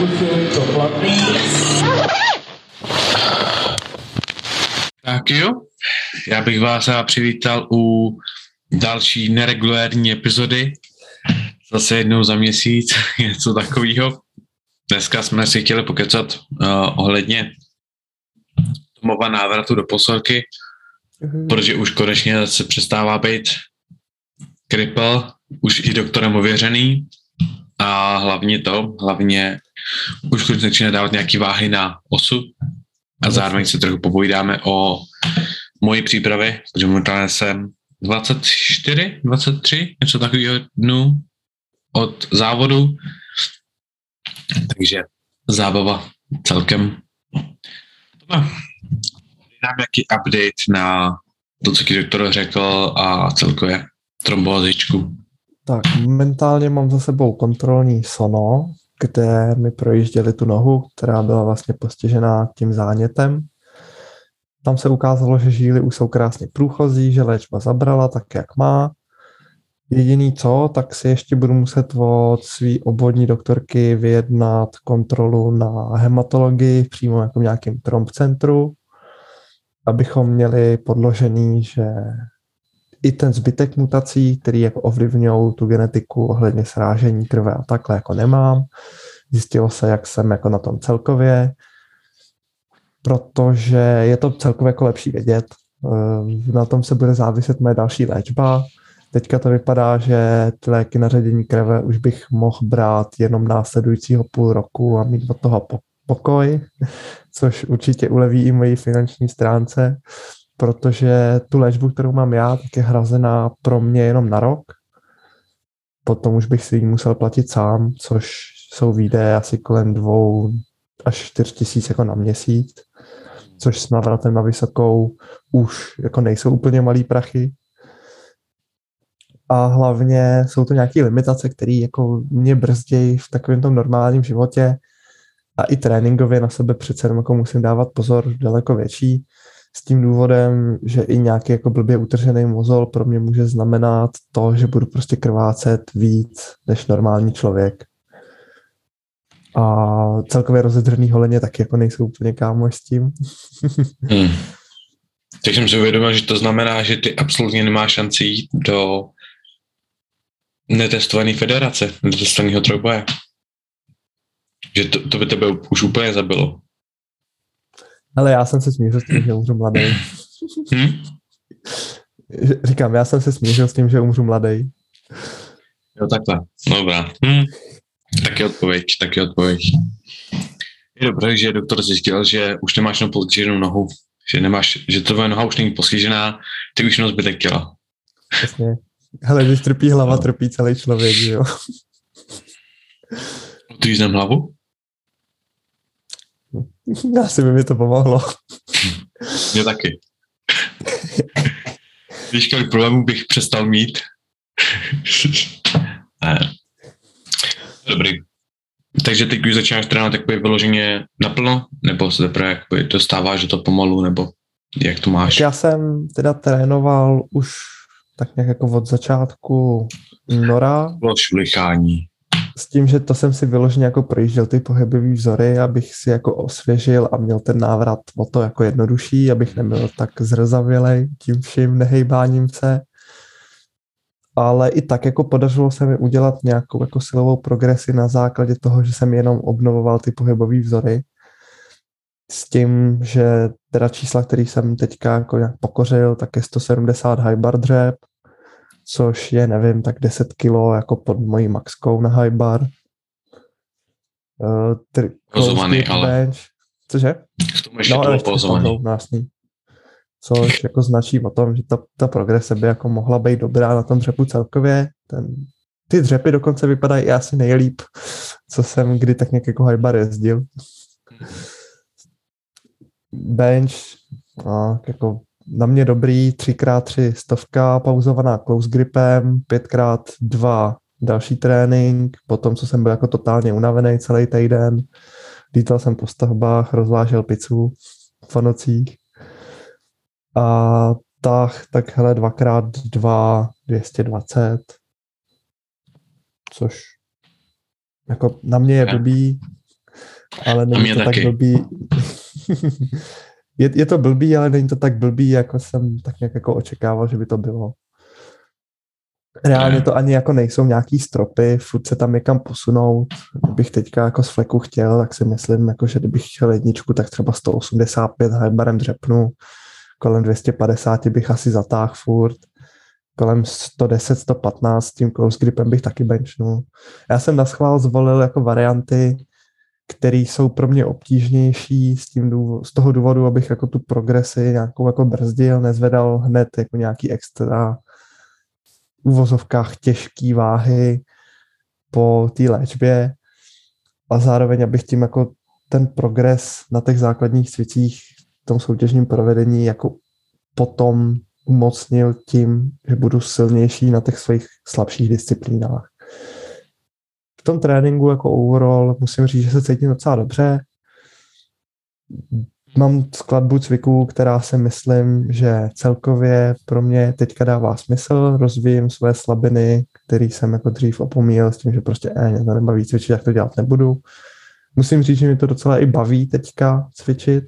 Tak jo, já bych vás přivítal u další neregulární epizody. Zase jednou za měsíc, něco takového. Dneska jsme si chtěli pokecat ohledně Tomova návratu do posilky, protože už konečně se přestává být kripl, už i doktorem ověřený a hlavně už začíná dávat nějaký váhy na osu a zároveň se trochu popovídáme o mojí přípravě, protože momentálně jsem 23, něco takového dnů od závodu, takže zábava celkem. Dám nějaký update na to, co ti doktor řekl a celkově trombozičku. Tak momentálně mám za sebou kontrolní sono, kde mi projížděli tu nohu, která byla vlastně postižená tím zánětem. Tam se ukázalo, že žíly už jsou krásně průchozí, že léčba zabrala tak, jak má. Jediný co, tak si ještě budu muset od svý obvodní doktorky vyjednat kontrolu na hematologii přímo jako v nějakém trombcentru, abychom měli podložený, že i ten zbytek mutací, který jako ovlivňují tu genetiku ohledně srážení krve a takhle jako nemám. Zjistilo se, jak jsem jako na tom celkově, protože je to celkově jako lepší vědět. Na tom se bude záviset moje další léčba. Teďka to vypadá, že ty léky na ředění krve už bych mohl brát jenom následujícího půl roku a mít od toho pokoj, což určitě uleví i mojí finanční stránce, protože tu léčbu, kterou mám já, tak je hrazená pro mě jenom na rok. Potom už bych si ji musel platit sám, což jsou výdaje asi kolem 2 až 4 tisíc jako na měsíc, což s návratem na vysokou už jako nejsou úplně malý prachy. A hlavně jsou to nějaké limitace, které jako mě brzdějí v takovém tom normálním životě a i tréninkově na sebe přece jako musím dávat pozor daleko větší. S tím důvodem, že i nějaký jako blbě utržený mozol pro mě může znamenat to, že budu prostě krvácet víc než normální člověk. A celkově rozedřený holeně taky jako nejsou úplně kámoš s tím. Tak jsem si uvědomil, že to znamená, že ty absolutně nemáš šanci jít do netestované federace, netestovaného trojboje. Že to by tebe už úplně zabilo. Ale já jsem se smířil s tím, že umřu mladý. Říkám, já jsem se smířil s tím, že umřu mladý. Jo, takhle. Dobrá. Taky odpověď. Je dobré, že doktor zjistil, že už nemáš jenom postiženou nohu, že tvoje noha už není postižená, ty už jenom zbytek těla. Jasně. Hele, když trpí hlava, trpí celý člověk, jo. Utíznám hlavu? Asi by mi to pomohlo. Mě taky. Víš, kolik problémů bych přestal mít? Ne. Dobrý. Takže teď už začínáš trénovat takový vyloženě naplno? Nebo se teprve dostáváš do toho pomalu? Nebo jak to máš? Já jsem teda trénoval už tak nějak jako od začátku února. Bylo šulichání. S tím, že to jsem si vyloženě jako projížděl ty pohybový vzory, abych si jako osvěžil a měl ten návrat o to jako jednodušší, abych nebyl tak zrzavělej tím vším nehejbáním se. Ale i tak jako podařilo se mi udělat nějakou jako silovou progresi na základě toho, že jsem jenom obnovoval ty pohybový vzory. S tím, že teda čísla, který jsem teďka jako nějak pokořil, tak je 170 high bar dřep, což je, nevím, tak 10 kilo jako pod mojí maxkou na high bar. Pozovaný, ale... Bench. Cože? K tomu ještě bylo pozovaný. Což jako značí o tom, že ta progrese by jako mohla být dobrá na tom dřepu celkově. Ty dřepy dokonce vypadají asi nejlíp, co jsem kdy tak nějak jako high bar jezdil. Bench, jako na mě dobrý, 3x3 stovka, pauzovaná close gripem, 5x2 další trénink, potom co jsem byl jako totálně unavený celý týden, lítal jsem po stavbách, rozvážel pizzu v nocích a tak hele 2x2 220, což jako na mě je blbý, Ale není to tak blbý. je to blbý, ale není to tak blbý, jako jsem tak nějak jako očekával, že by to bylo. Reálně to ani jako nejsou nějaký stropy, furt se tam někam posunout. Kdybych teďka jako z fleku chtěl, tak si myslím, jako, že kdybych chtěl jedničku, tak třeba 185 hardbarem dřepnu, kolem 250 bych asi zatáhl furt, kolem 110, 115 s tím close gripem bych taky benchnul. Já jsem naschvál zvolil jako varianty, které jsou pro mě obtížnější z toho důvodu, abych jako tu progresi nějakou jako brzdil, nezvedal hned jako nějaký extra v uvozovkách těžký váhy po té léčbě a zároveň, abych tím jako ten progres na těch základních cvicích v tom soutěžním provedení jako potom umocnil tím, že budu silnější na těch svých slabších disciplínách. V tom tréninku jako overall musím říct, že se cítím docela dobře. Mám skladbu cviků, která si myslím, že celkově pro mě teďka dává smysl, rozvíjím své slabiny, které jsem jako dřív opomíjel s tím, že prostě mě to nebaví cvičit, tak to dělat nebudu. Musím říct, že mi to docela i baví teďka cvičit.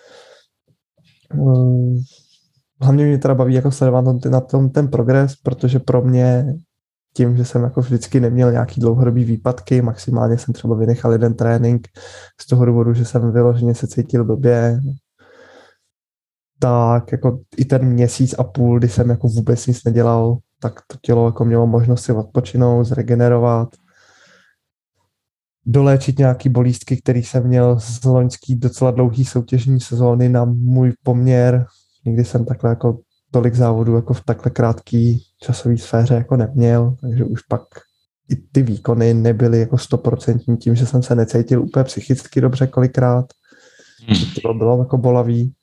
Hlavně mě teda baví jako sledovat na tom ten progres, protože pro mě tím, že jsem jako vždycky neměl nějaký dlouhodobý výpadky, maximálně jsem třeba vynechal jeden trénink z toho důvodu, že jsem vyloženě se cítil blbě, tak jako i ten měsíc a půl, kdy jsem jako vůbec nic nedělal, tak to tělo jako mělo možnost si odpočinout, zregenerovat, doléčit nějaký bolístky, který jsem měl z loňský docela dlouhý soutěžní sezóny na můj poměr. Nikdy jsem takhle jako tolik závodů jako v takhle krátké časové sféře jako neměl, takže už pak i ty výkony nebyly jako 100% tím, že jsem se necítil úplně psychicky dobře kolikrát. To bylo jako bolavý.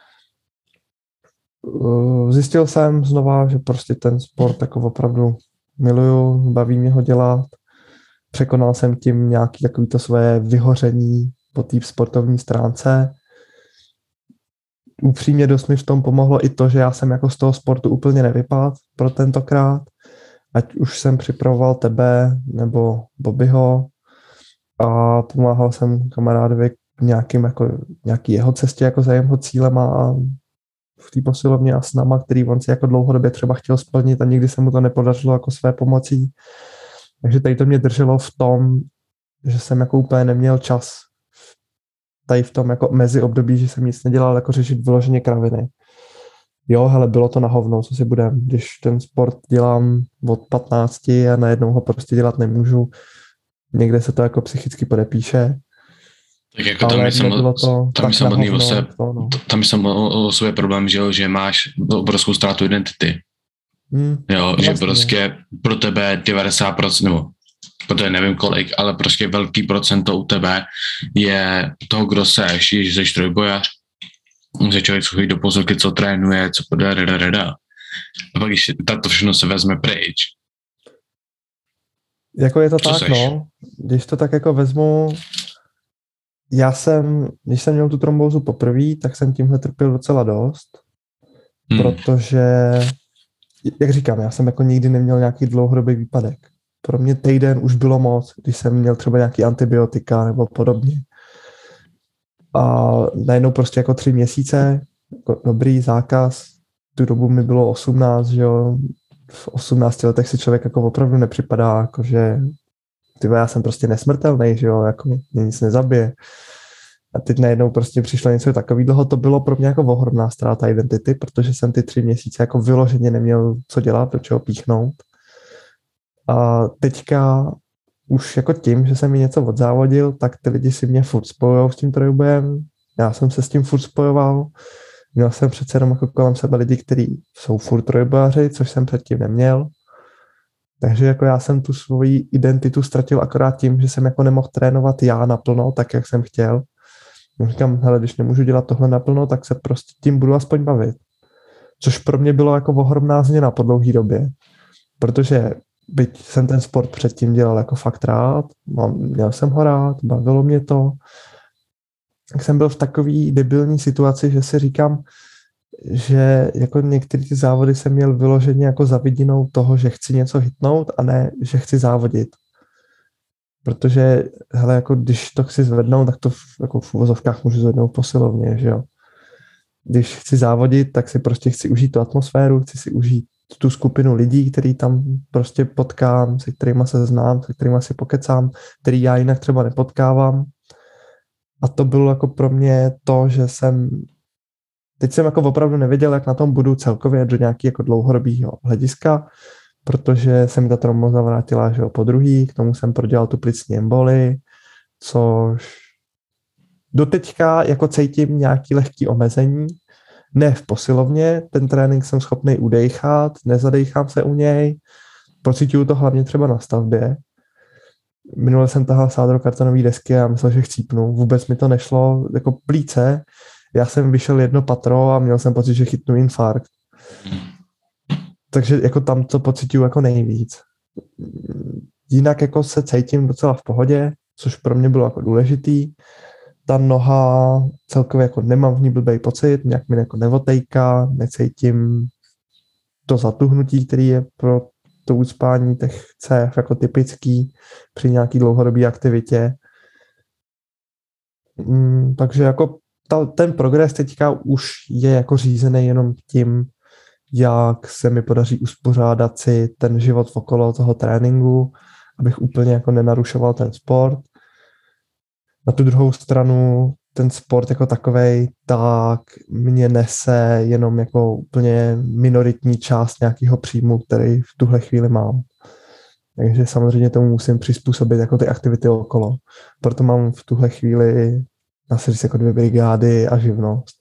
Zjistil jsem znova, že prostě ten sport jako opravdu miluju, baví mě ho dělat. Překonal jsem tím nějaké takovýto své vyhoření po té sportovní stránce. Upřímně dost mi v tom pomohlo i to, že já jsem jako z toho sportu úplně nevypadl pro tentokrát. Ať už jsem připravoval tebe nebo Bobbyho a pomáhal jsem kamarádovi nějaký jeho cestě jako za jeho cílema a v té posilovně a snama, který on si jako dlouhodobě třeba chtěl splnit a nikdy se mu to nepodařilo jako své pomocí. Takže tady to mě drželo v tom, že jsem jako úplně neměl čas tady v tom jako mezi období, že jsem nic nedělal, jako řešit vyloženě kraviny. Jo, hele, bylo to na hovno, co si budem, když ten sport dělám od 15 a najednou ho prostě dělat nemůžu. Někde se to jako psychicky podepíše. Tak jako tam jsem o sobě problém, že máš obrovskou ztrátu identity. Jo, že prostě pro tebe 90%, nebo protože nevím kolik, ale prostě velký procento u tebe je toho, kdo seš, že jsi trojbojař, že člověk co chodí do pozorky, co trénuje, co podá, a pak když tato všechno se vezme pryč. Jako je to tak, seš? No. Když to tak jako vezmu, když jsem měl tu trombózu poprvé, tak jsem tímhle trpěl docela dost, protože, jak říkám, já jsem jako nikdy neměl nějaký dlouhodobý výpadek. Pro mě týden už bylo moc, když jsem měl třeba nějaký antibiotika nebo podobně. A najednou prostě jako 3 měsíce, jako dobrý zákaz, tu dobu mi bylo 18, že jo, v 18 letech si člověk jako opravdu nepřipadá, jako že já jsem prostě nesmrtelný, že jo, jako mě nic nezabije. A teď najednou prostě přišlo něco takového, to bylo pro mě jako ohromná ztráta identity, protože jsem ty 3 měsíce jako vyloženě neměl co dělat, do čeho píchnout. A teďka už jako tím, že jsem mi něco odzávodil, tak ty lidi si mě furt spojujou s tím trojbojem. Já jsem se s tím furt spojoval. Měl jsem přece jenom jako kolem sebe lidi, kteří jsou furt trojbojaři, což jsem předtím neměl. Takže jako já jsem tu svoji identitu ztratil akorát tím, že jsem jako nemohl trénovat já naplno, tak jak jsem chtěl. Říkám, hele, když nemůžu dělat tohle naplno, tak se prostě tím budu aspoň bavit. Což pro mě bylo jako ohromná změna po dlouhý době. Protože byť jsem ten sport předtím dělal jako fakt rád, měl jsem ho rád, bavilo mě to, tak jsem byl v takový debilní situaci, že si říkám, že jako některé ty závody jsem měl vyloženě jako za vidinou toho, že chci něco hitnout a ne, že chci závodit. Protože, hele, jako když to chci zvednout, tak to jako v uvozovkách můžu zvednout posilovně, že jo. Když chci závodit, tak si prostě chci užít tu atmosféru, chci si užít tu skupinu lidí, který tam prostě potkám, se kterýma se znám, se kterýma si pokecám, který já jinak třeba nepotkávám. A to bylo jako pro mě to, že teď jsem jako opravdu nevěděl, jak na tom budu celkově do nějaký jako dlouhodobýho hlediska, protože se mi ta tromboza vrátila, že jo, po druhý, k tomu jsem prodělal tu plicní emboli, což doteďka jako cítím nějaký lehký omezení, ne v posilovně, ten trénink jsem schopný udejchat, nezadejchám se u něj, pocituju to hlavně třeba na stavbě. Minule jsem tahal sádrokartonové desky a myslel, že chcípnu, vůbec mi to nešlo, jako plíce, já jsem vyšel jedno patro a měl jsem pocit, že chytnu infarkt. Takže jako tam to pocituju jako nejvíc. Jinak jako se cítím docela v pohodě, což pro mě bylo jako důležitý. Ta noha celkově jako nemám v ní blbej pocit, nějak mi jako nevotejká, necítím to zatuhnutí, který je pro to ucpání těch cév jako typický při nějaký dlouhodobé aktivitě. Takže jako ten progres teďka už je jako řízený jenom tím, jak se mi podaří uspořádat si ten život okolo toho tréninku, abych úplně jako nenarušoval ten sport. Na tu druhou stranu ten sport jako takovej, tak mě nese jenom jako úplně minoritní část nějakého příjmu, který v tuhle chvíli mám. Takže samozřejmě tomu musím přizpůsobit jako ty aktivity okolo. Proto mám v tuhle chvíli asi jako 2 brigády a živnost.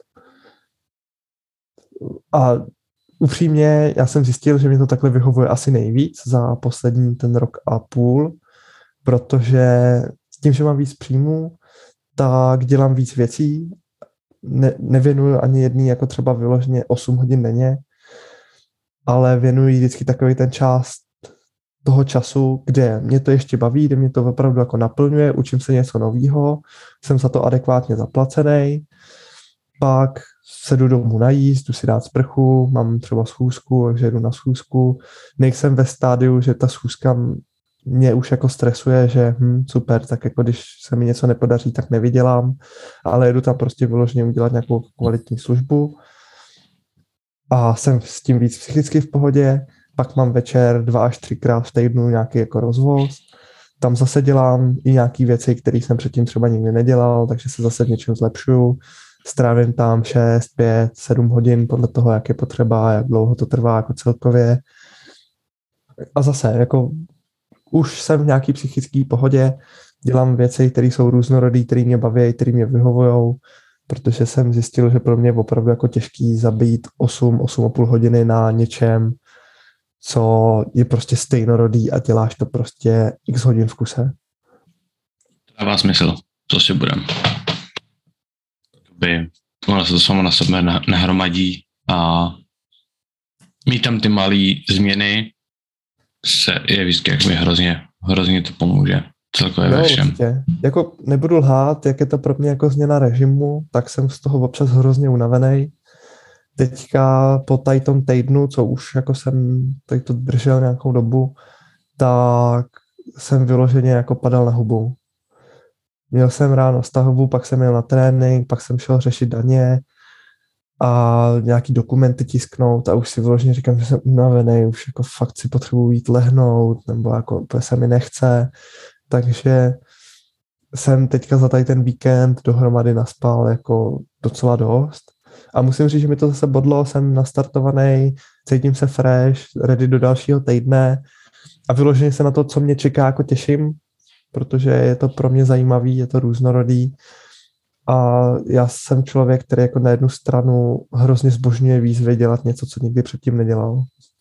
A upřímně, já jsem zjistil, že mě to takhle vyhovuje asi nejvíc za poslední ten rok a půl, protože s tím, že mám víc příjmů, tak dělám víc věcí, nevěnuju ani jedný jako třeba vyloženě 8 hodin denně, ale věnuji vždycky takový ten čas toho času, kde mě to ještě baví, kde mě to opravdu jako naplňuje, učím se něco nového, jsem za to adekvátně zaplacený, pak se jdu domů najíst, jdu si dát sprchu, mám třeba schůzku, takže jdu na schůzku. Nejsem ve stádiu, že ta schůzka mě už jako stresuje, že super, tak jako když se mi něco nepodaří, tak nevydělám, ale jedu tam prostě vyloženě udělat nějakou kvalitní službu a jsem s tím víc psychicky v pohodě. Pak mám večer 2 až 3krát v týdnu nějaký jako rozvoz. Tam zase dělám i nějaké věci, které jsem předtím třeba nikdy nedělal, takže se zase v něčem zlepšuju. Strávím tam 6, 5, 7 hodin podle toho, jak je potřeba, jak dlouho to trvá jako celkově. A zase, jako už jsem v nějaký psychické pohodě, dělám věci, které jsou různorodé, které mě baví, které mě vyhovují, protože jsem zjistil, že pro mě je opravdu jako těžký zabít 8,5 hodiny na něčem, co je prostě stejnorodý a děláš to prostě x hodin v kuse. Dává smysl, co si budem. Ono se to samo na sebe nahromadí a mít tam ty malé změny je vždycky jak mi hrozně to pomůže celkově ve všem. Určitě. Jako nebudu lhát, jak je to pro mě jako změna režimu, tak jsem z toho občas hrozně unavený. Teďka po tady tom týdnu, co už jako jsem tady to držel nějakou dobu, tak jsem vyloženě jako padal na hubu. Měl jsem ráno stavbu, pak jsem jel na trénink, pak jsem šel řešit daně a nějaký dokumenty tisknout a už si vyloženě říkám, že jsem unavený, už jako fakt si potřebuji jít lehnout, nebo jako se mi nechce. Takže jsem teďka za tady ten víkend dohromady naspal jako docela dost. A musím říct, že mi to zase bodlo, jsem nastartovaný, cítím se fresh, ready do dalšího týdne a vyloženě se na to, co mě čeká, jako těším, protože je to pro mě zajímavý, je to různorodý a já jsem člověk, který jako na jednu stranu hrozně zbožňuje výzvy dělat něco, co nikdy předtím nedělal.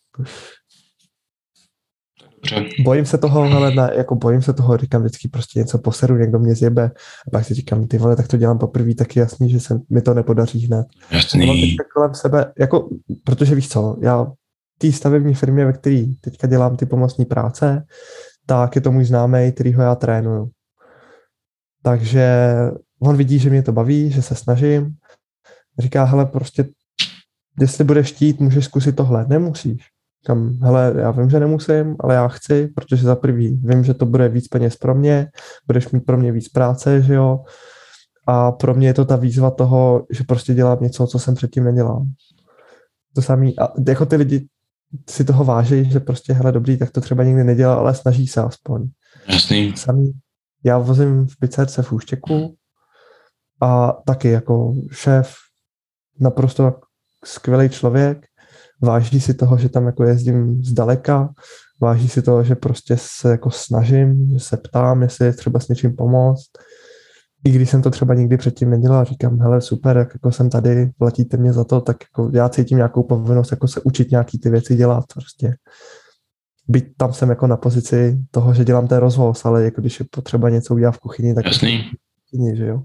Bojím se toho, bojím se toho, říkám vždycky prostě něco poseru, někdo mě zjebe a pak si říkám, ty vole, tak to dělám poprvé, tak je jasný, že se mi to nepodaří hned. Jasný. Mám teďka kolem sebe, jako, protože víš co, já v té stavební firmě, ve které teďka dělám ty pomocné práce, tak je to můj známej, kterýho já trénuju. Takže on vidí, že mě to baví, že se snažím. Říká, hele, prostě, jestli budeš chtít, můžeš zkusit tohle. Nemusíš. Říkám, hele, já vím, že nemusím, ale já chci, protože za prvý vím, že to bude víc peněz pro mě, budeš mít pro mě víc práce, že jo, a pro mě je to ta výzva toho, že prostě dělám něco, co jsem předtím nedělal. To samý, a jako ty lidi si toho váží, že prostě, hele, dobrý, tak to třeba nikdy nedělal, ale snaží se aspoň. Jasný. Samý. Já vozím v pizzerce v Úštěku a taky jako šéf naprosto skvělý člověk, váží si toho, že tam jako jezdím zdaleka, váží si toho, že prostě se jako snažím, že se ptám, jestli je třeba s něčím pomoct. I když jsem to třeba nikdy předtím nedělal, říkám, hele, super, jak jako jsem tady, platíte mě za to, tak jako já cítím nějakou povinnost jako se učit nějaký ty věci dělat prostě. Byť tam jsem jako na pozici toho, že dělám ten rozvoz, ale jako když je potřeba něco udělat v kuchyni, tak Jasný. v kuchyni, že jo.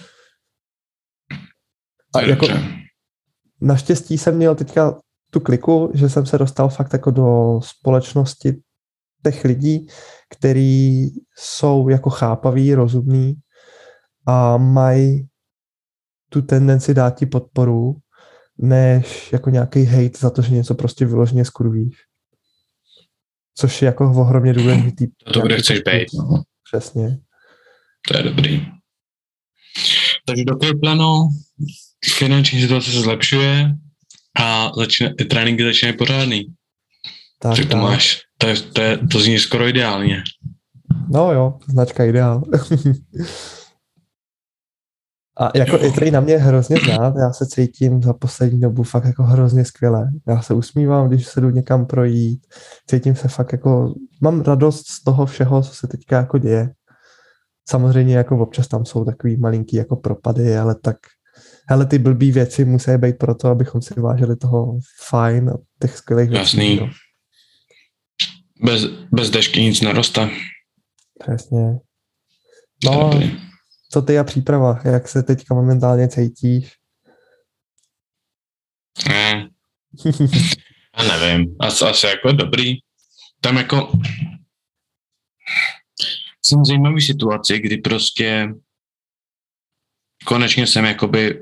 A jako naštěstí jsem měl teďka tu kliku, že jsem se dostal fakt jako do společnosti těch lidí, kteří jsou jako chápaví, rozumní a mají tu tendenci dát ti podporu, než jako nějaký hate za to, že něco prostě vyloženě skurvíš. Což je jako ohromně důležitý. To kde chceš být. No. Přesně. To je dobrý. Takže do plano, finanční situace se zlepšuje a tréninky začínají pořádný. Tak to máš, to zní skoro ideálně. No jo, značka ideál. A jako je tady na mě hrozně znát, já se cítím za poslední dobu fakt jako hrozně skvěle. Já se usmívám, když se jdu někam projít, cítím se fakt jako, mám radost z toho všeho, co se teďka jako děje. Samozřejmě jako občas tam jsou takový malinký jako propady, ale tak, hele, ty blbý věci musí být proto, abychom si vážili toho fajn a těch skvělých věcí. Jasný. No. Bez dešky nic neroste. Přesně. No, co ty a příprava? Jak se teďka momentálně cítíš? Ne. Já nevím. Asi jako dobrý. Tam jako jsem v zajímavý situaci, kdy prostě konečně jsem jakoby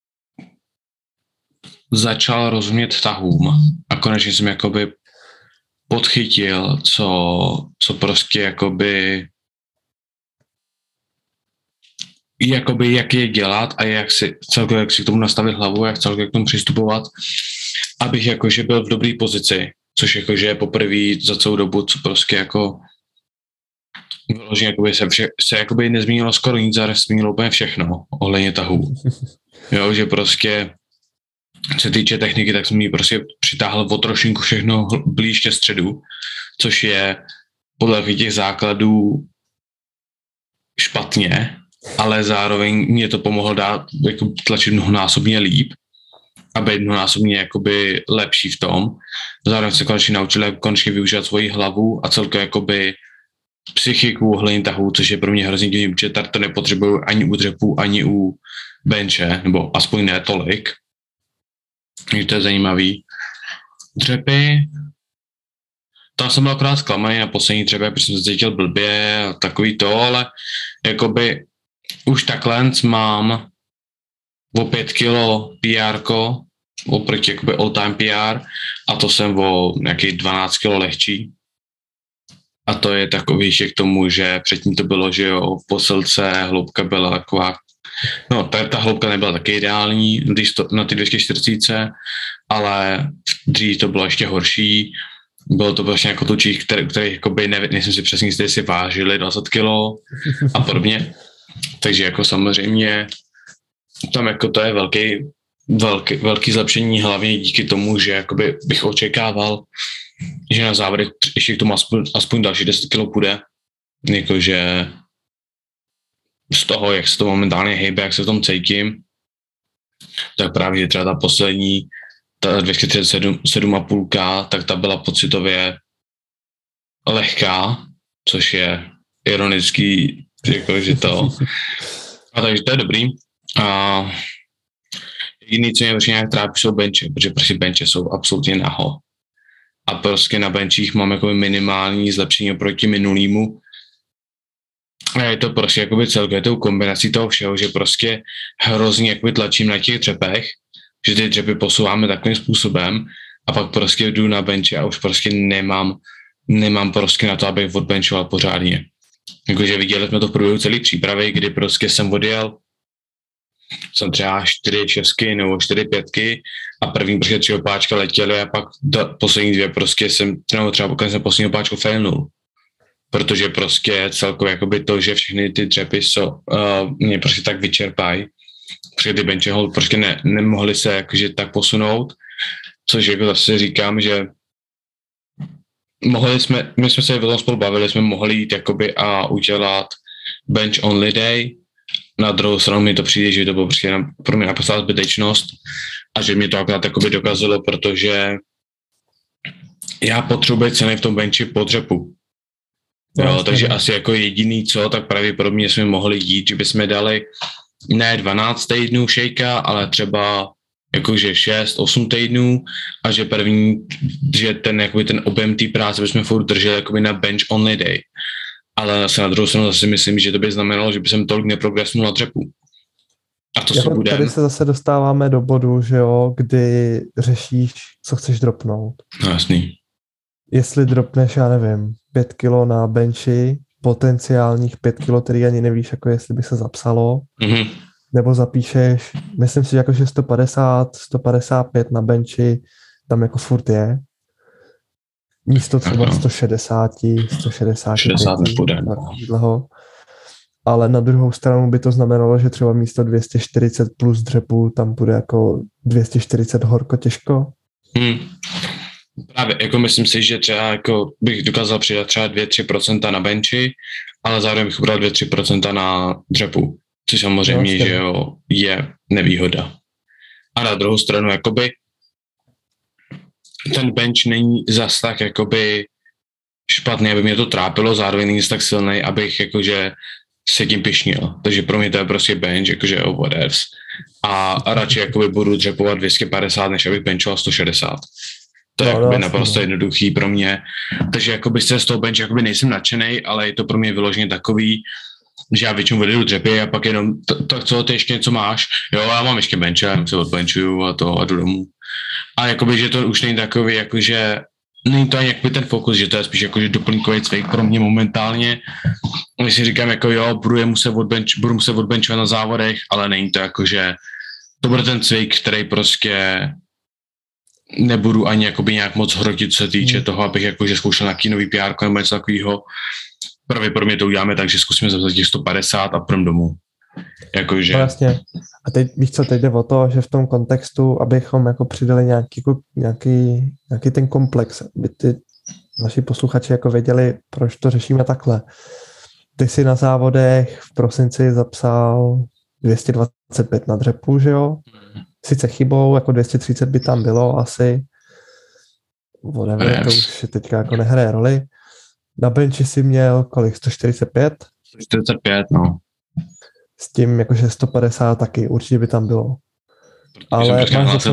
začal rozumět tahům a konečně jsem jakoby podchytil, co prostě jakoby jak je dělat a jak si k tomu nastavit hlavu, jak celkově k tomu přistupovat, abych jakože byl v dobré pozici, což jakože je poprvé za celou dobu, co prostě jako vyloženě jakoby se jakoby nezmínilo skoro nic, ale zmínilo úplně všechno ohledně tahů. Jo, že prostě se týče techniky, tak jsem mi prostě přitáhl o trošinku všechno blíž ke středu, což je podle těch základů špatně, ale zároveň mě to pomohlo dát jako tlačit mnohonásobně líp a být mnohonásobně jakoby lepší v tom. Zároveň se konečně naučil jako konečně využívat svoji hlavu a celkově jakoby psychiku ohledně tahů, což je pro mě hrozně divný, protože to nepotřebuju ani u dřepů, ani u benče, nebo aspoň ne tolik. Takže to je zajímavý. Dřepy, tam jsem byl akorát zklamaný na poslední dřepě, protože jsem se cítil blbě a takový to, ale jakoby už takhle mám o 5 kilo PR-ko oproti jakoby all-time PR a to jsem o nějakých 12 kilo lehčí. A to je takový ještě k tomu, že předtím to bylo, že jo, v posilce hloubka byla taková, no ta hloubka nebyla taky ideální na ty 240, ale dřív to bylo ještě horší. Bylo to vlastně jako tučích, který jakoby nejsem si přesně jistý, si vážili 20 kilo a podobně. Takže jako samozřejmě tam jako to je velký zlepšení, hlavně díky tomu, že jakoby bych očekával, že na závěrech ještě k tomu aspoň další 10 kilo půjde. Jakože z toho, jak se to momentálně hejbe, jak se v tom cítím, tak právě třeba ta poslední, ta 237,5, tak ta byla pocitově lehká, což je ironický, jakože to. A takže to je dobrý. A jediný, co mě vlastně nějak trápí, jsou benče, protože prostě benče jsou absolutně naho. A prostě na benčích mám jako minimální zlepšení oproti minulýmu. A je to prostě jakoby celkově tou kombinací toho všeho, že prostě hrozně jakoby tlačím na těch dřepech, že ty dřepy posouváme takovým způsobem, a pak prostě jdu na benchi a už prostě nemám prostě na to, abych odbenchoval pořádně. Jakože viděli jsme to v průběhu celé přípravy, kdy prostě jsem odjel, jsem třeba 4 šestky nebo 4 pětky a první prostě 3 opáčka letěly a pak poslední 2 prostě třeba pokud jsem poslední opáčku failnul. Protože prostě celkově jakoby to, že všechny ty dřepy mě prostě tak vyčerpají, protože ty bench hold prostě nemohli se jakože tak posunout, což jako zase říkám, že my jsme se o tom spolu bavili, jsme mohli jít jakoby a udělat bench only day. Na druhou stranu mi to přijde, že to bylo prostě pro mě naprosto zbytečnost a že mě to akorát jakoby dokazilo, protože já potřebuji ceny v tom benchi po dřepu. Jo, takže asi jako jediný tak pravděpodobně jsme mohli jít, že bychom dali ne 12 týdnů shakea, ale třeba jakože 6-8 týdnů a že že ten objem té práce bychom furt drželi jakoby na bench only day. Ale zase na druhou stranu zase myslím, že to by znamenalo, že by jsem tolik neprogresnul na dřepu. A to jako se tady se zase dostáváme do bodu, že jo, kdy řešíš, co chceš dropnout. No jasný. Jestli dropneš, já nevím, 5 kilo na benchi, potenciálních 5 kilo, který ani nevíš, jako jestli by se zapsalo, nebo zapíšeš, myslím si, jako, že 150, 155 na benchi tam jako furt je. Místo třeba 160, 60 nepůjde. Ale na druhou stranu by to znamenalo, že třeba místo 240 plus dřepů tam bude jako 240 horko těžko. Právě, jako myslím si, že třeba jako bych dokázal přidat třeba 2-3% na benchi, ale zároveň bych ubral 2-3% na dřepu, což samozřejmě, že jo, je nevýhoda. A na druhou stranu, jakoby ten bench není zas tak jakoby špatný, aby mě to trápilo, zároveň není tak silný, abych jakože se tím pyšnil. Takže pro mě to je prostě bench, jakože whatevs. A radši jakoby budu dřepovat 250, než abych benchoval 160. To je jakoby naprosto jednoduchý pro mě. Takže jakoby z toho bench jakoby nejsem nadšenej, ale je to pro mě vyloženě takový, že já většinou odjedu dřepy a pak jenom, tak co, ty ještě něco máš? Jo, já mám ještě bench, já se odbenchuju a jdu domů. A jakoby, že to už není takový, jakože není to ani jakoby ten fokus, že to je spíš jakože doplňkový cvik pro mě momentálně. Když si říkám, jako jo, budu muset odbenchovat na závodech, ale není to jakože, to bude ten cvik, který prostě nebudu ani jakoby nějak moc hrotit, co se týče toho, abych jakože zkoušel nějaký nový PR nebo něco takového. Právě pro mě to uděláme tak, že zkusíme zapsat těch 150 a půjdeme domů. Jakože... No jasně. A teď víš co, teď jde o to, že v tom kontextu, abychom jako přidali nějaký ten komplex, aby ty naši posluchači jako věděli, proč to řešíme takhle. Ty si na závodech v prosinci zapsal 225 na dřepu, že jo? Sice chybou, jako 230 by tam bylo asi. Whatever, to už teďka jako nehraje roli. Na benchi si měl kolik? 145? 145, no. S tím jakože 150 taky určitě by tam bylo. Protože ale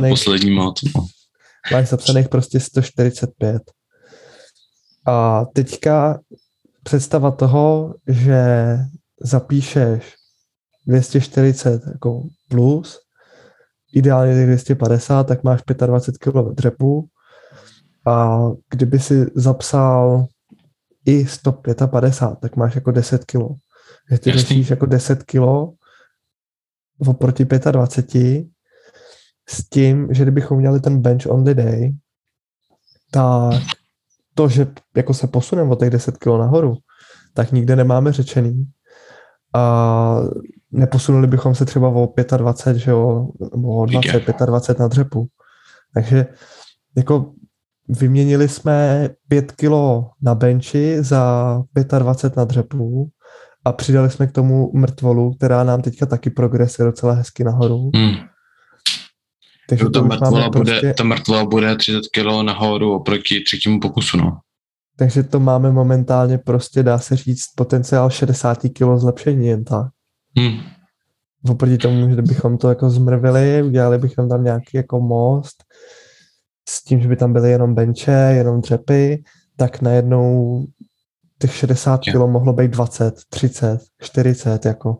máš zapsaných prostě 145. A teďka představa toho, že zapíšeš 240 jako plus, ideálně 250, tak máš 25 kg dřepu a kdyby si zapsal i 155, tak máš jako 10 kg. Že ty řešíš jako 10 kg oproti 25 s tím, že kdybychom měli ten bench on the day, tak to, že jako se posuneme o těch 10 kg nahoru, tak nikde nemáme řečený. A neposunuli bychom se třeba o 25, že jo, nebo o 20, 25 na dřepu. Takže jako vyměnili jsme 5 kilo na benchi za 25 na dřepu a přidali jsme k tomu mrtvolu, která nám teďka taky progresuje docela hezky nahoru. Takže ta mrtvola bude 30 kilo nahoru oproti třetímu pokusu, no. Takže to máme momentálně prostě, dá se říct, potenciál 60 kilo zlepšení jen tak. Oproti tomu, že bychom to jako zmrvili, udělali bychom tam nějaký jako most s tím, že by tam byly jenom benče, jenom dřepy, tak najednou těch 60 kilo mohlo být 20, 30, 40 jako.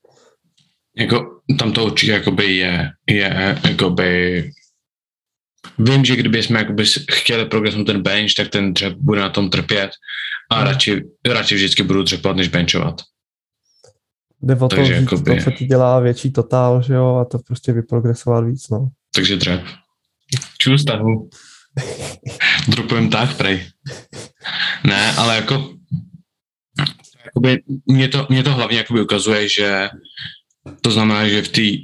Jako tam to určitě jakoby je jakoby vím, že kdyby jsme jakoby chtěli progresnout ten bench, tak ten dřep bude na tom trpět a radši vždycky budu dřepat, než benchovat. Jde o to, jakoby... to, co ti dělá větší totál, že jo, a to prostě vyprogresovat víc, no. Takže dřep. Čus tahu. Dropujem tak, prej. Ne, ale jakoby mě to hlavně jakoby ukazuje, že to znamená, že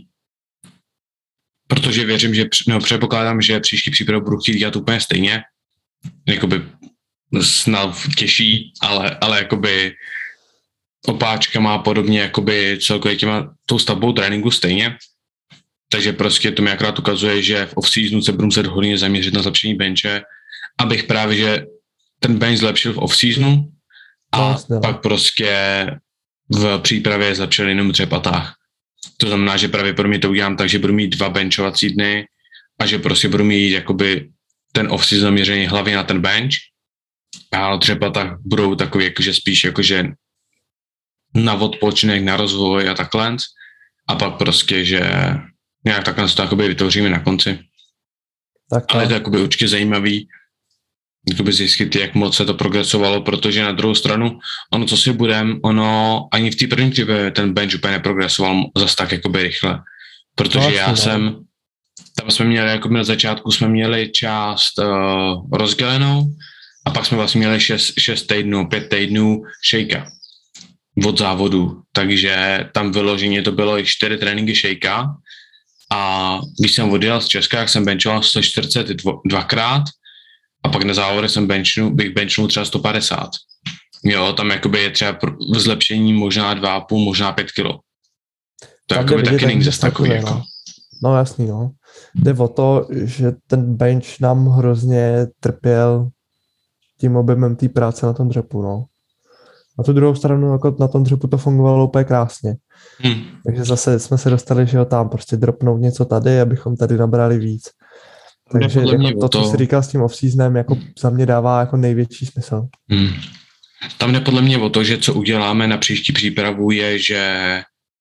protože věřím, že předpokládám, že příští přípravu budu chtít dělat úplně stejně, jakoby snad těžší, ale jakoby opáčka má podobně jakoby celkově tou stavbou tréninku stejně, takže prostě to mi akorát ukazuje, že v off-seasonu se budu muset hodně zaměřit na zlepšení benche, abych právě, že ten bench zlepšil v off-seasonu a pak prostě v přípravě zlepšil jenom dřep a tah. To znamená, že právě pro mě to udělám tak, že budu mít 2 benchovací dny a že prostě budu mít jakoby ten off-season zaměřený hlavně na ten bench a dřep a tah budou takový jakože spíš jakože na odpočinek, na rozvoj a takhle. A pak prostě, že nějak takhle to jakoby vytvoříme na konci. Ale je to jakoby určitě zajímavý jakoby zjistit, jak moc se to progresovalo, protože na druhou stranu, ono co si budem, ono ani v té první přípravě ten bench úplně neprogresoval zas tak jakoby rychle. Protože tam jsme měli, jakoby na začátku jsme měli část rozdělenou a pak jsme vlastně měli 6 týdnů, 5 týdnů shakea od závodu, takže tam vyloženě to bylo i 4 tréninky shakea a když jsem odjel z Česka, jak jsem benchoval 140 dvakrát a pak na závodě bych benchnul třeba 150. Jo, tam jakoby je třeba v zlepšení možná 2,5, možná 5 kilo. To jakoby taky není zase takový jako. No jasný, no. Jde o to, že ten bench nám hrozně trpěl tím objemem té práce na tom dřepu, no. Na tu druhou stranu, jako na tom dřepu to fungovalo úplně krásně. Takže zase jsme se dostali, že jo, tam prostě dropnout něco tady, abychom tady nabrali víc. Takže jako to, co jsi říkal s tím off-seasonem, jako za mě dává jako největší smysl. Tam jde podle mě o to, že co uděláme na příští přípravu je, že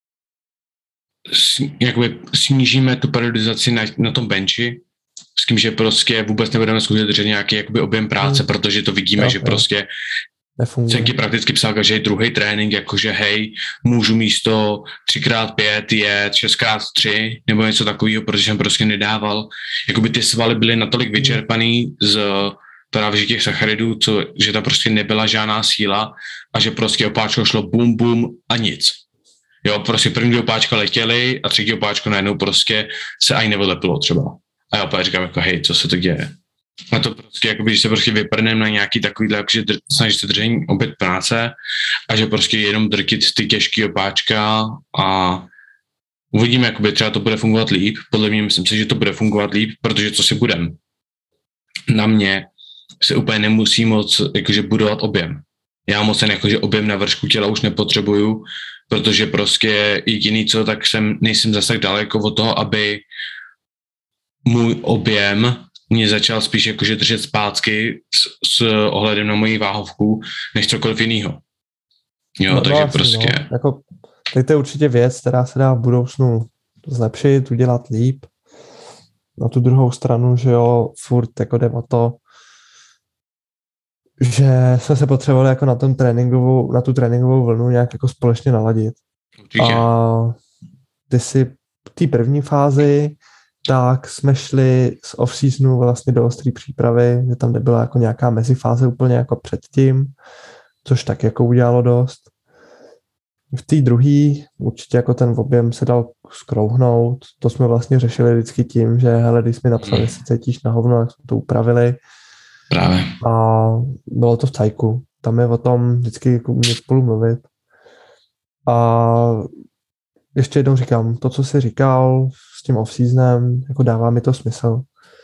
jakoby snížíme tu periodizaci na tom benchi, s tím, že prostě vůbec nebudeme zkusit držet nějaký jakoby objem práce, protože to vidíme, že prostě Cenky prakticky psal každý druhý trénink, jakože hej, můžu místo 3x5 jet 6x3 nebo něco takového, protože jsem prostě nedával. Jakoby ty svaly byly natolik vyčerpaný z právě těch sacharidů, že tam prostě nebyla žádná síla a že prostě opáčko šlo bum bum a nic. Jo, prostě první opáčka letěly a třetí opáčko najednou prostě se ani neodlepilo třeba. A já opět říkám jako hej, co se to děje? A to prostě, jakoby, že se prostě vyprneme na nějaký takovýhle, jakože snaží se držení opět práce a že prostě jenom drtit ty těžký opáčka a uvidíme, jakoby třeba to bude fungovat líp. Podle mě myslím si, že to bude fungovat líp, protože co si budem? Na mě se úplně nemusí moc jakože budovat objem. Já moc ten jakože objem na vršku těla už nepotřebuju, protože prostě jediný co, tak nejsem zase tak daleko od toho, aby můj objem mě začal spíš jakože držet zpátky s ohledem na moji váhovku, než cokoliv jinýho. Jo, no, takže vlastně, prostě... No. Jako, to je určitě věc, která se dá v budoucnu zlepšit, udělat líp. Na tu druhou stranu, že jo, furt jako jde o to, že jsme se potřebovali jako na tu tréninkovou vlnu nějak jako společně naladit. Určitě. A ty si v té první fázi tak jsme šli z off-seasonu vlastně do ostrý přípravy, že tam nebyla jako nějaká mezifáze úplně jako předtím, což tak jako udělalo dost. V té druhé určitě jako ten objem se dal skrouhnout, to jsme vlastně řešili vždycky tím, že hele, když jsme napsali, že se cítíš na hovno, jak jsme to upravili. Právě. A bylo to v cajku. Tam je o tom vždycky jako umět spolu mluvit. A ještě jednou říkám, to, co jsi říkal s tím off-seasonem, jako dává mi to smysl.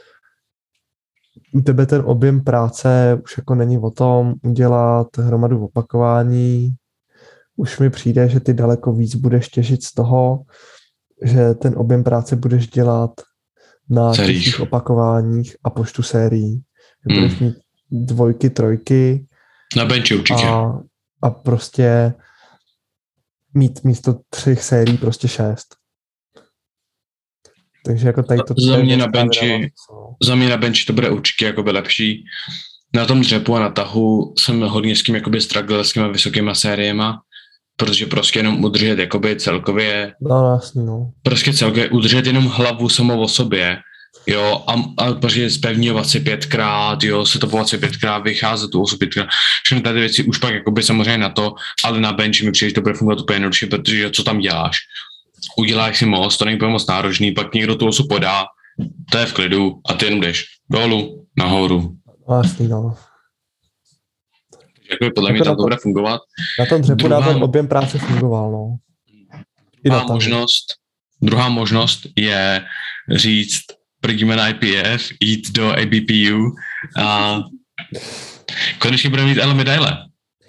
U tebe ten objem práce už jako není o tom udělat hromadu opakování. Už mi přijde, že ty daleko víc budeš těžit z toho, že ten objem práce budeš dělat na těch opakováních a počtu sérií. Budeš mít 2, 3. Na benchi určitě. A prostě mít místo 3 sérií prostě 6. Takže jako tady to za mě na benchi to bude určitě jakoby lepší. Na tom dřepu a na tahu jsem hodně s kým jakoby struggle s těma vysokýma sériema, protože prostě jenom udržet jakoby celkově, prostě celkově udržet jenom hlavu samou o sobě, jo, a protože zpevňovat si 5krát, jo, setupovat si 5krát, vycházet tu osu 5krát, všechny tady věci už pak jakoby samozřejmě na to, ale na benchi mi přijde, že to bude fungovat úplně jednoduše, protože co tam děláš? Uděláš si moc, to není moc náročný, pak někdo tu osu podá, to je v klidu a ty jenom jdeš dolů, nahoru. Vlastně, no. Jako podle mě to bude fungovat. Na tom dřepu ten objem práce fungoval, no. Druhá možnost je říct, prdíme na IPF, jít do ABPU a konečně budeme mít ale medaile.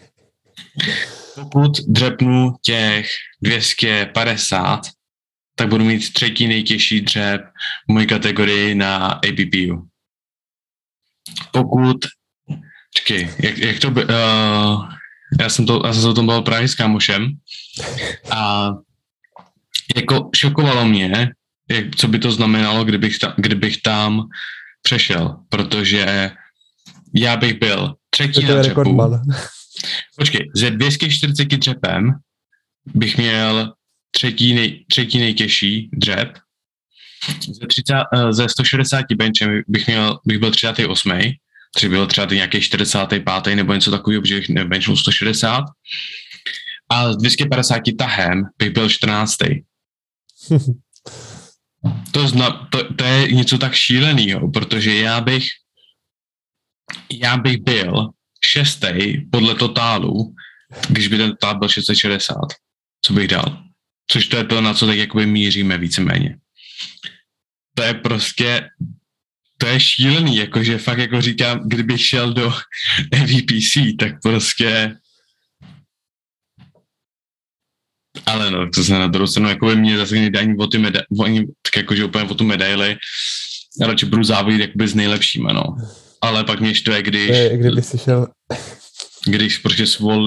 Pokud dřepnu těch 250, tak budu mít třetí nejtěžší dřep v mojí kategorii na ABPU. Pokud, jak to by, já jsem se o tom byl právě s kámošem a jako šokovalo mě, co by to znamenalo, kdybych tam přešel, protože já bych byl třetí na dřepu. Počkej, ze 240 dřepem bych měl třetí nejtěžší dřep. Ze 160 benchem bych byl 38. Což byl třeba nějaký 45. nebo něco takového, protože bych nebenchnul 160. A z 250 tahem bych byl 14. To je něco tak šílenýho, protože já bych byl 6. podle totálu, když by ten totál byl 660. Co bych dal? Což to je to, na co tak jakoby míříme víceméně. To je prostě, to je šílený, jakože fakt jako říkám, kdybych šel do MVPC, tak prostě, ale no, to se na druhou stranu, jakoby mě zase nedají tak jakože úplně o tu medaili, já radši budu závodit jakoby s nejlepšíma, no. Ale pak mě štve, když prostě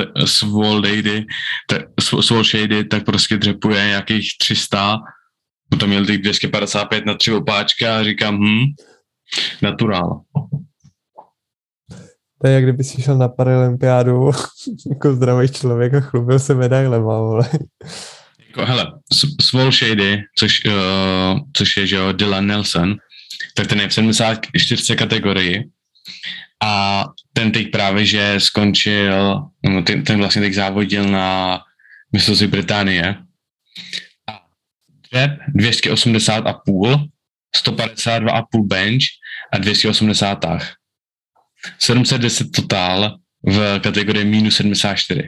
Swall Shady, tak prostě dřepuje nějakých 300, potom měl těch 255 na 3 opáčka a říkám, naturál. To je, jak kdyby si šel na paralympiádu jako zdravý člověk a chlubil se medailema, vole. Jako, hele, Swall Shady, což je, že jo, Dylan Nelson, tak ten je v 74 kategorii a ten teď právě, že skončil, ten vlastně teď závodil na mistrovství Británie a dřep 280,5, 152,5 bench a 280 tah. 710 totál v kategorii minus 74.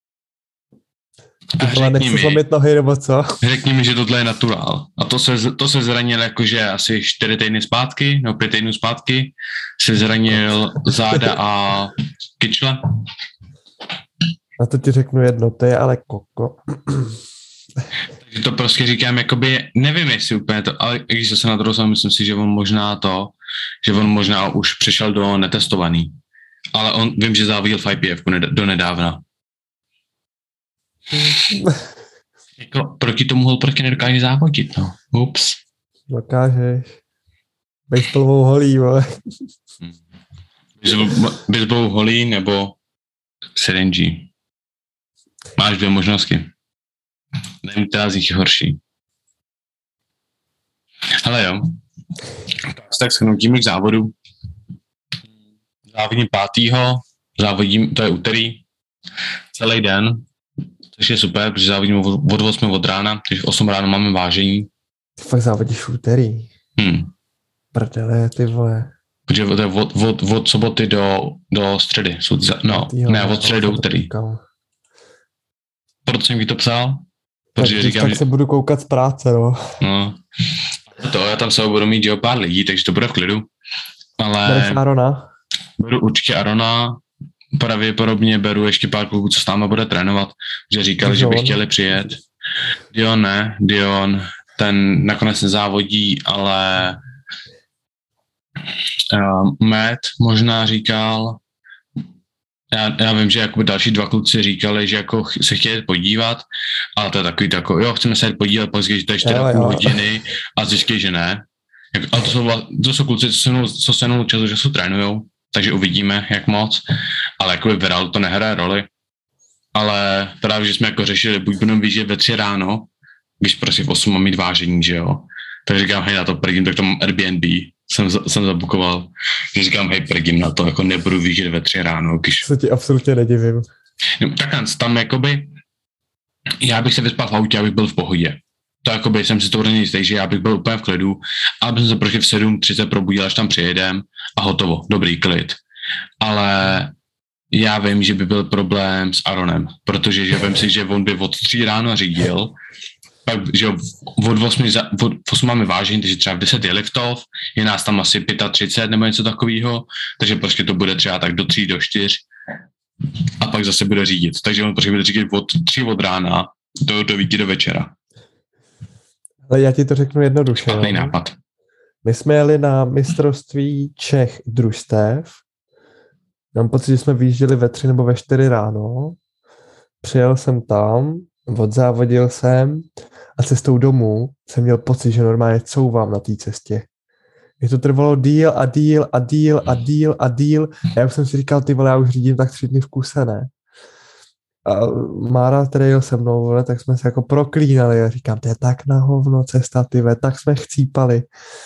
A řekni mi, že tohle je naturál. A to se zranil jakože asi 4 týdny zpátky, nebo 5 týdnů zpátky, se zranil záda a kyčle. A to ti řeknu jedno, to je ale koko. Takže to prostě říkám, jakoby, nevím jestli úplně to, ale když se na druhou stranu, myslím si, že on možná už přišel do netestovaný. Ale vím, že závodil v IPF do nedávna. Jako, proti tomu holprky nedokáže závodit, no. Ups. Dokážeš. Baseballovou holí, vole. Baseballovou holí nebo syringy. Máš 2 možnosti. Nevím, která z nich je horší. Hele jo. Tak shrnutím k závodu. Závodím 5. To je úterý. Celý den. Což je super, protože závodíme od 8 od rána, takže v 8 ráno máme vážení. Ty fakt závodíš úterý? Prdele, ty vole. Protože to je od soboty do středy. Od středy do úterý. Proto jsem mi to psal. Protože říkám, tak se budu koukat z práce, no. Já tam se budu mít pár lidí, takže to bude v klidu. Ale bereš Arona? Beru určitě Arona. Pravděpodobně beru ještě pár kluků, co s náma bude trénovat, že říkali, že by chtěli přijet. Dion, ten nakonec nezávodí, ale Matt možná říkal, Já vím, že jako další dva kluci říkali, že jako se chtěli podívat, ale to je takový jako, jo, chceme se podívat, pak zjistí, že to je 4,5 hodiny a zjistí, že ne. Ale to jsou kluci, co se mnou času trénujou, takže uvidíme, jak moc, ale jako v reálu to nehraje roli. Ale právě, že jsme jako řešili, buď budeme vyjíždět ve 3 ráno, když prostě v 8 mám mít vážení, že jo. Tak říkám, hej, na to prdím, tak to mám Airbnb, jsem zabukoval, že říkám, hej, prdím na to, jako nebudu vyjíždět ve 3 ráno. Když... Se ti absolutně nedivím. No, tak tam jakoby, já bych se vyspal v autě, abych byl v pohodě. To jakoby jsem si to jistý, že já bych byl úplně v klidu, ale bych se prostě v 7:30 probudil, až tam přijedem a hotovo, dobrý klid. Ale já vím, že by byl problém s Aaronem, protože že vím si, že on by od 3 ráno řídil, pak, že od 8 máme vážení, takže třeba v 10 je liftov, je nás tam asi 35 nebo něco takového, takže prostě to bude třeba tak do 3, do 4 a pak zase bude řídit. Takže on prostě bude řídit od 3 od rána do 9 do večera. Ale já ti to řeknu jednoduše. Špatný nápad. My jsme jeli na mistrovství Čech družstev. Mám pocit, že jsme vyjížděli ve 3 nebo ve 4 ráno. Přijel jsem tam, odzávodil jsem a cestou domů jsem měl pocit, že normálně couvám na té cestě. Mě to trvalo díl a díl a díl a díl a díl. A já už jsem si říkal, ty vole, já už řídím tak 3 dny v kuse, ne? A Mára, který jel se mnou, vole, tak jsme se jako proklínali a říkám, to je tak na hovno cesta, ty ve, tak jsme chcípali.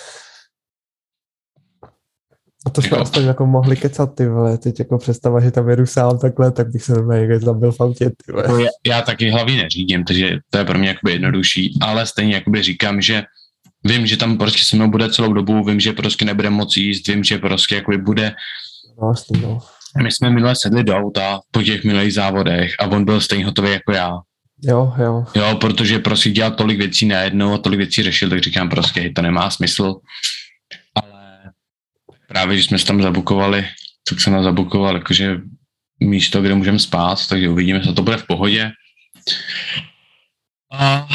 A to jsme aspoň jako mohli kecat, ty vole, teď jako představa, že tam jedu sám takhle, tak bych se normálně tam byl v autě, ty vole. Já taky hlavně neřídím, takže to je pro mě jakoby jednodušší, ale stejně jakoby říkám, že vím, že tam prostě se mnou bude celou dobu, vím, že prostě nebude moc jíst, vím, že prostě jakoby bude... No, vlastně, no. My jsme minule sedli do auta po těch minulých závodech a on byl stejně hotový jako já. Jo. Jo, protože prostě dělal tolik věcí najednou a tolik věcí řešil, tak říkám prostě, to nemá smysl. Ale právě, že jsme se tam zabukovali, tak jsem nás zabukoval jakože místo, kde můžeme spát, takže uvidíme, že to bude v pohodě. A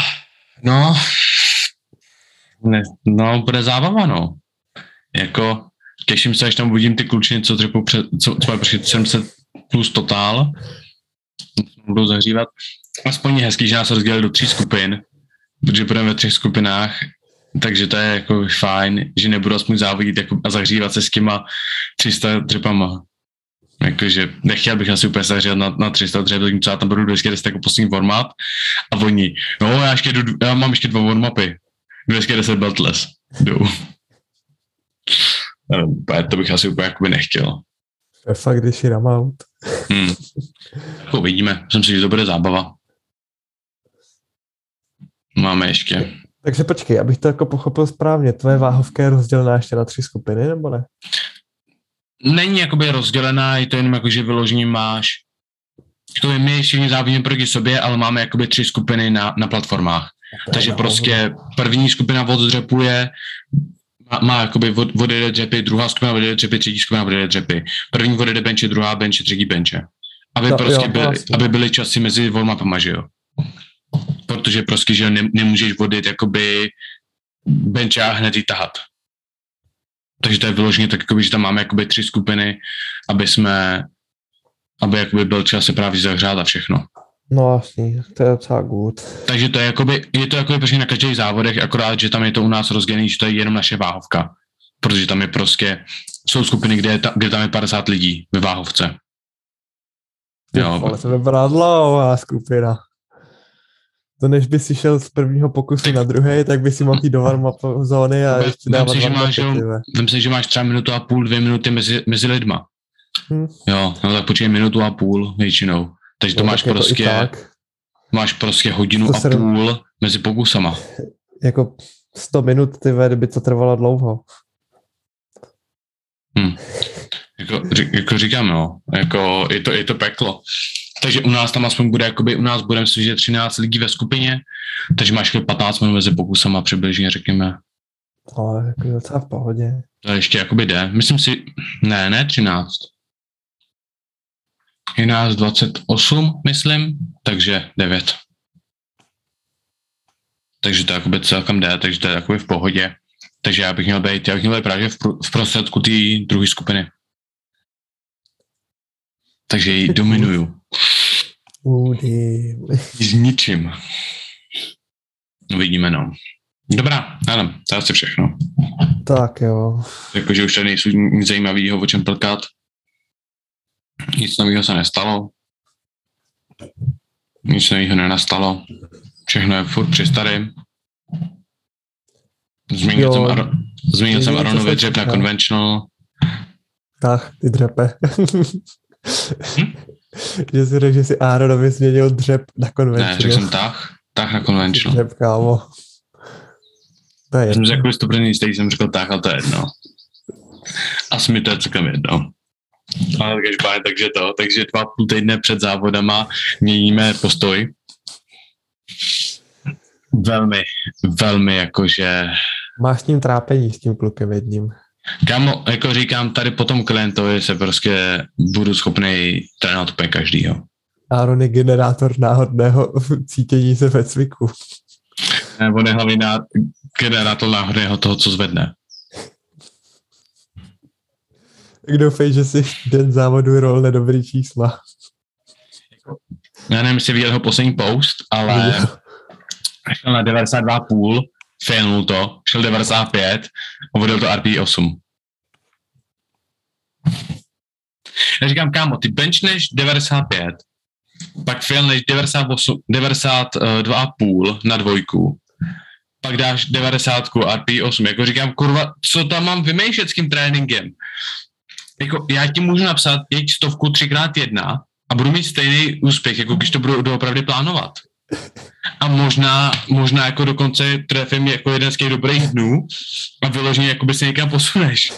bude zábava, no. Jako, těším se, až tam uvidím ty klučiny, co třepou co mají prostě 700 plus totál. Budou zahřívat. Aspoň je hezký, že nás rozdělili do 3 skupin, protože budeme ve 3 skupinách, takže to je jako fajn, že nebudu aspoň závodit jako, a zahřívat se s těma 300 dřepama. Jakože nechtěl bych asi úplně zahřívat na 300 dřep, zatímco já tam budu 210 jako poslední warm-up a oni, no já mám ještě 2 warm-upy, 210 beltless, jdou. To bych asi úplně jakoby nechtěl. To je fakt, když je out. Jako uvidíme, myslím si, že to bude zábava. Máme ještě. Takže počkej, abych to jako pochopil správně, tvoje váhovka je rozdělená ještě na 3 skupiny, nebo ne? Není jakoby rozdělená, je to jenom jako, že vyloženě máš, to je my všichni závodíme proti sobě, ale máme jakoby 3 skupiny na platformách. Takže prostě první skupina od dřepu má jakoby od jede dřepy, druhá skupina od jede dřepy, třetí skupina od jede dřepy. První od jede benče, druhá benče, třetí benče. Aby byly časy mezi warm-upama, že jo. Protože prostě, že nemůžeš vodit jakoby benče a hned ji tahat. Takže to je vyloženě tak, jakoby, že tam máme jakoby 3 skupiny, aby jakoby byl čas se právě zahřát a všechno. No vlastně, to je docela good. Takže to je jakoby prostě na každých závodech, akorát, že tam je to u nás rozdělený, že to je jenom naše váhovka. Protože tam je prostě, jsou skupiny, kde tam je 50 lidí ve váhovce. Jo. Ale to vypadá dlouhá skupina. To než by si šel z prvního pokusu na druhý, tak by si mohl jít do warm-up zóny a ještě dávat Vem si, že máš třeba 1,5 2 minuty mezi lidma. Jo, no tak počkej 1,5 minutu většinou. Takže to máš prostě hodinu a půl mezi pokusama. Jako 100 minut, kdyby to trvalo dlouho. Jako říkám, no, jako je to peklo. Takže u nás tam aspoň bude, jakoby u nás budeme slyšet 13 lidí ve skupině, takže máš 15 minut mezi pokusama přibližně, řekněme. Ale jako docela v pohodě. To ještě jakoby jde. Myslím si, ne 13. Je nás 28, myslím, takže 9. Takže to jakoby celkem jde, takže to je jakoby v pohodě. Takže já bych měl být právě v prostředku té druhé skupiny. takže ji dominuju. S ničím. Uvidíme, no. Dobrá, ale to je asi všechno. Tak jo. Jakože už tady nejsou nic zajímavého, o čem plkat. Nic nového se nestalo. Nic nového nenastalo. Všechno je furt při starým. Zmínil jsem Aronovi dřep na conventional. Tak, ty dřepe. Že si řekl, že si Aronovi změnil dřep na conventional. Ne, řekl jsem tah na conventional. Dřep, kámo. To je jsem řekl, že to první jistý, jsem řekl tak, ale to je jedno. Asi mi to je celkem jedno. Ale takže 2,5 týdne před závodama měníme postoj. Velmi jakože... Máš s tím trápení, s tím klukem jedním. Kámo, jako říkám, tady potom klientovi se prostě budu schopný trénovat úplně každýho. Aaron je generátor náhodného cítění se ve cviku. On je hlavně generátor náhodného toho, co zvedne. Tak doufej, že si den závodu rolne dobrý čísla. Já nevím, jestli viděl jeho poslední post, ale šel na 92,5, failnul to, šel 95 a vodil to RP 8. Já říkám, kámo, ty benchneš 95, pak failneš 92,5 na dvojku, pak dáš 90 RP 8. Jako říkám, kurva, co tam mám vymýšlet s tím tréninkem? Jako, já ti můžu napsat, jeď 100 3x1 a budu mít stejný úspěch, jako když to budu doopravdy plánovat. A možná jako dokonce trefím jako jeden z těch dobrých dnů a vyloženě jakoby se někam posuneš.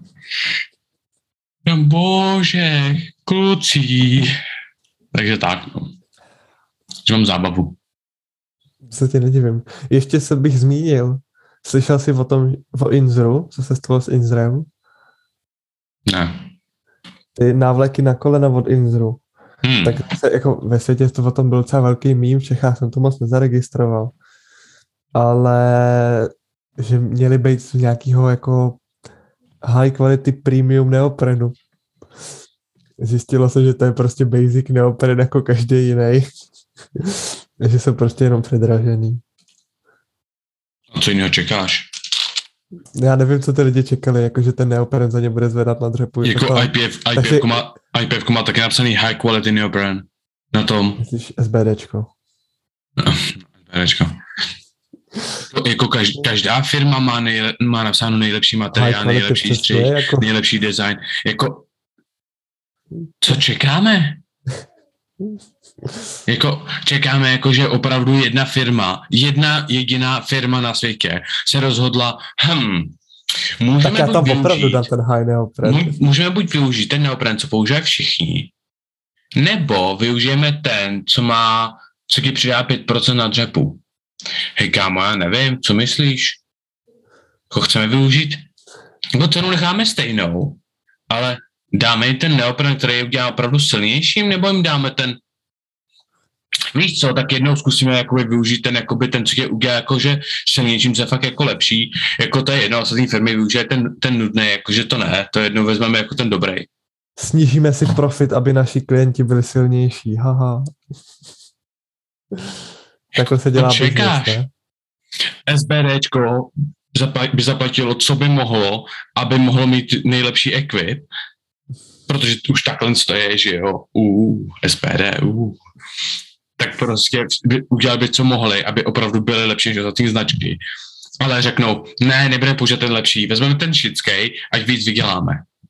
No bože, kluci. Takže tak, no. Že mám zábavu. Se tě nedivím. Ještě se bych zmínil. Slyšel jsi o Inzru? Co se stalo s Inzrem? Ne. Ty návleky na kolena od Inzru. Tak se, jako ve světě to o tom byl docela velký mím, v Čechách jsem to moc nezaregistroval. Ale že měly být z nějakého jako high quality premium neoprenu. Zjistilo se, že to je prostě basic neopren jako každý jiný. Že jsou prostě jenom předražený. A co jiného čekáš? Já nevím, co ty lidi čekali, jakože ten neopren za ně bude zvedat na dřepu. Jako IPF má taky napsaný high quality neopren na tom. Myslíš SBDčko? No, SBDčko. Jako každá firma má napsáno nejlepší materiál, nejlepší střih, jako... nejlepší design. Jako, co čekáme? Jako, čekáme, jako, že opravdu jedna jediná firma na světě se rozhodla, tak já tam opravdu dám ten high neopren. Můžeme buď využít ten neopren, co používají všichni, nebo využijeme ten, co ti přidá 5% na dřepu. Hej, kámo, já nevím, co myslíš? Ho chceme využít? No cenu necháme stejnou, ale dáme jim ten neopren, který je udělá opravdu silnějším, nebo jim dáme ten, víš co, tak jednou zkusíme jakoby využít ten, co je udělá jakože silnějším, co je fakt jako lepší, jako to je jedno, ostatní firmy využije ten nudný, jakože to ne, to jednou vezmeme jako ten dobrý. Snížíme si profit, aby naši klienti byli silnější, haha. Takhle se dělá business, ne? SBDčko by zaplatilo, co by mohlo, aby mohlo mít nejlepší equip, protože už takhle stojí, že jo, SPD, tak prostě udělali by, co mohli, aby opravdu byly lepší než ostatní značky. Ale řeknou, ne, nebudeme použít ten lepší, vezmeme ten šitskej, ať víc vyděláme.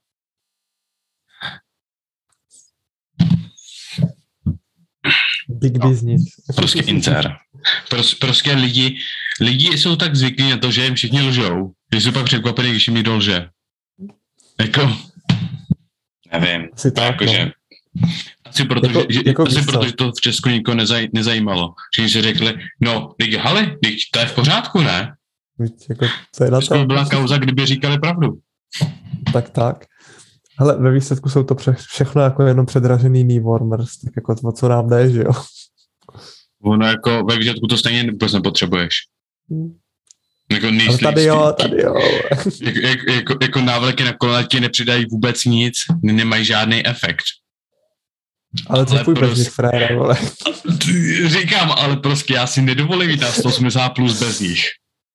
Big business. Prostě inter. Prostě lidi jsou tak zvyklí na to, že jim všichni lžou, že jsou pak překvapení, když jim někdo lže. Jako, nevím. Asi tak, jakože, asi protože to v Česku nikoho nezajímalo. Že si řekli, no, to je v pořádku, ne? Jako, co je na to? To byla kauza, kdyby říkali pravdu. Tak. Hele, ve výsledku jsou to všechno jako jenom předražený knee warmers, tak jako to, co nám jde, že jo? Ono jako ve výsledku to stejně vůbec nepotřebuješ. Jako tady jo. jako návleky na kolena ti nepřidají vůbec nic, nemají žádný efekt. Ale třepuj bez nich, frére, vole. Říkám, ale prostě já si nedovolím jít na 180 plus bez nich.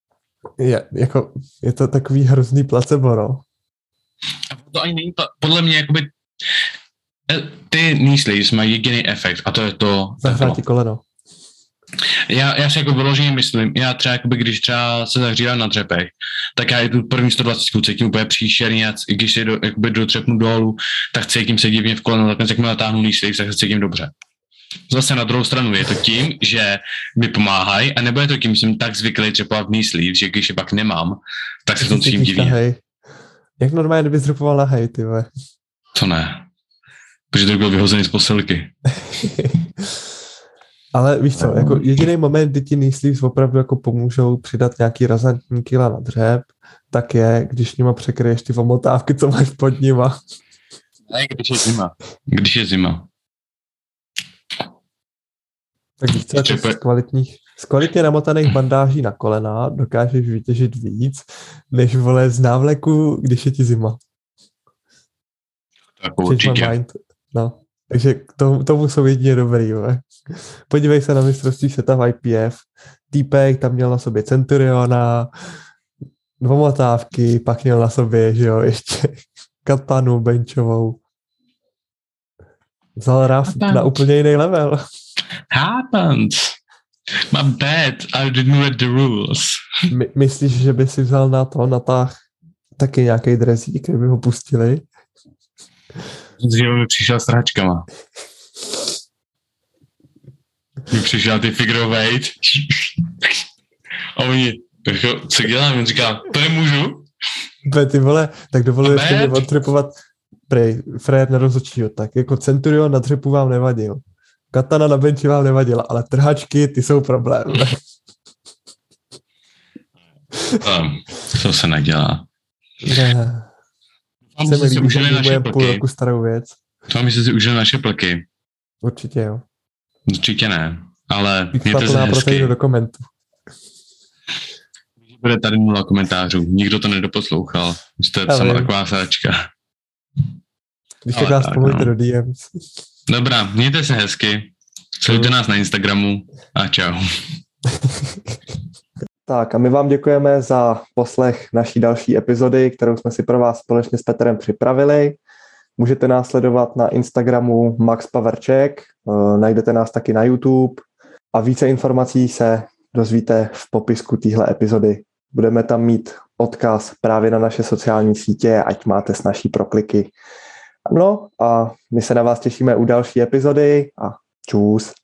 Je to takový hrozný placebo, no. To ani není podle mě jakoby ty knee sleeves mají jediný efekt a to je to... Zahrátí koleno. Já si jako vyloženě myslím, já třeba jakoby, když třeba se zahřívám na dřepech, tak já i tu první 120 cítím úplně příšerný a když si dotřepnu dolů, tak cítím se divně v koleno, tak jak mi natáhnu knee sleeves, tak se cítím dobře. Zase na druhou stranu je to tím, že mi pomáhají a nebo je to tím, že jsem tak zvyklý třepovat knee sleeves, že když je pak nemám, tak se to cítím divně. Jak normálně kdyby zrupoval na hej, ty ve? To ne. Protože to byl vyhozený z posilky. Ale víš co, jako jediný moment, kdy ti knee sleeves opravdu jako pomůžou přidat nějaký razantní kila na dřep, tak je, když nima překryješ ty omotávky, co máš pod nima. Ne, když je zima. Tak víš co, jako z kvalitně namotaných bandáží na kolena dokážeš vytěžit víc, než vole z návleku, když je ti zima. Tak určitě. No. Takže tomu jsou jedině dobrý. Ve. Podívej se na mistrovství světa v IPF. Týpek tam měl na sobě Centuriona, dvomotávky, pak měl na sobě, že jo, ještě katanu benchovou. Vzal RAF na úplně jiný level. Happens. My bad, I didn't read the rules. Myslíš, že by si vzal na to natáh taky nějaký dresík, kdyby ho pustili? Dříve mi přišel s hračkama. Mi přišel ty figure weight. A oni, co dělám? On říká, to nemůžu. Ty vole, tak dovoluješ mi odtrepovat Fred na rozhodčího, tak jako Centurion na dřepu vám nevadil. Katana na benči vám nevadila, ale trhačky, ty jsou problém. To se nedělá. Ne. My jsme si užili naše plky. Půl roku starou věc. My jsme si užili naše plky. Určitě jo. Určitě ne, ale mějte se hezky. Do komentu. Bude tady 0 komentářů, nikdo to nedoposlouchal. Jste sama taková sáčka. Když tak nás pomůžete do DMs. Dobrá, mějte se hezky. Sledujte nás na Instagramu a čau. Tak a my vám děkujeme za poslech naší další epizody, kterou jsme si pro vás společně s Petrem připravili. Můžete nás sledovat na Instagramu Max Paverček, najdete nás taky na YouTube a více informací se dozvíte v popisku téhle epizody. Budeme tam mít odkaz právě na naše sociální sítě, ať máte snazší prokliky. No a my se na vás těšíme u další epizody a čus.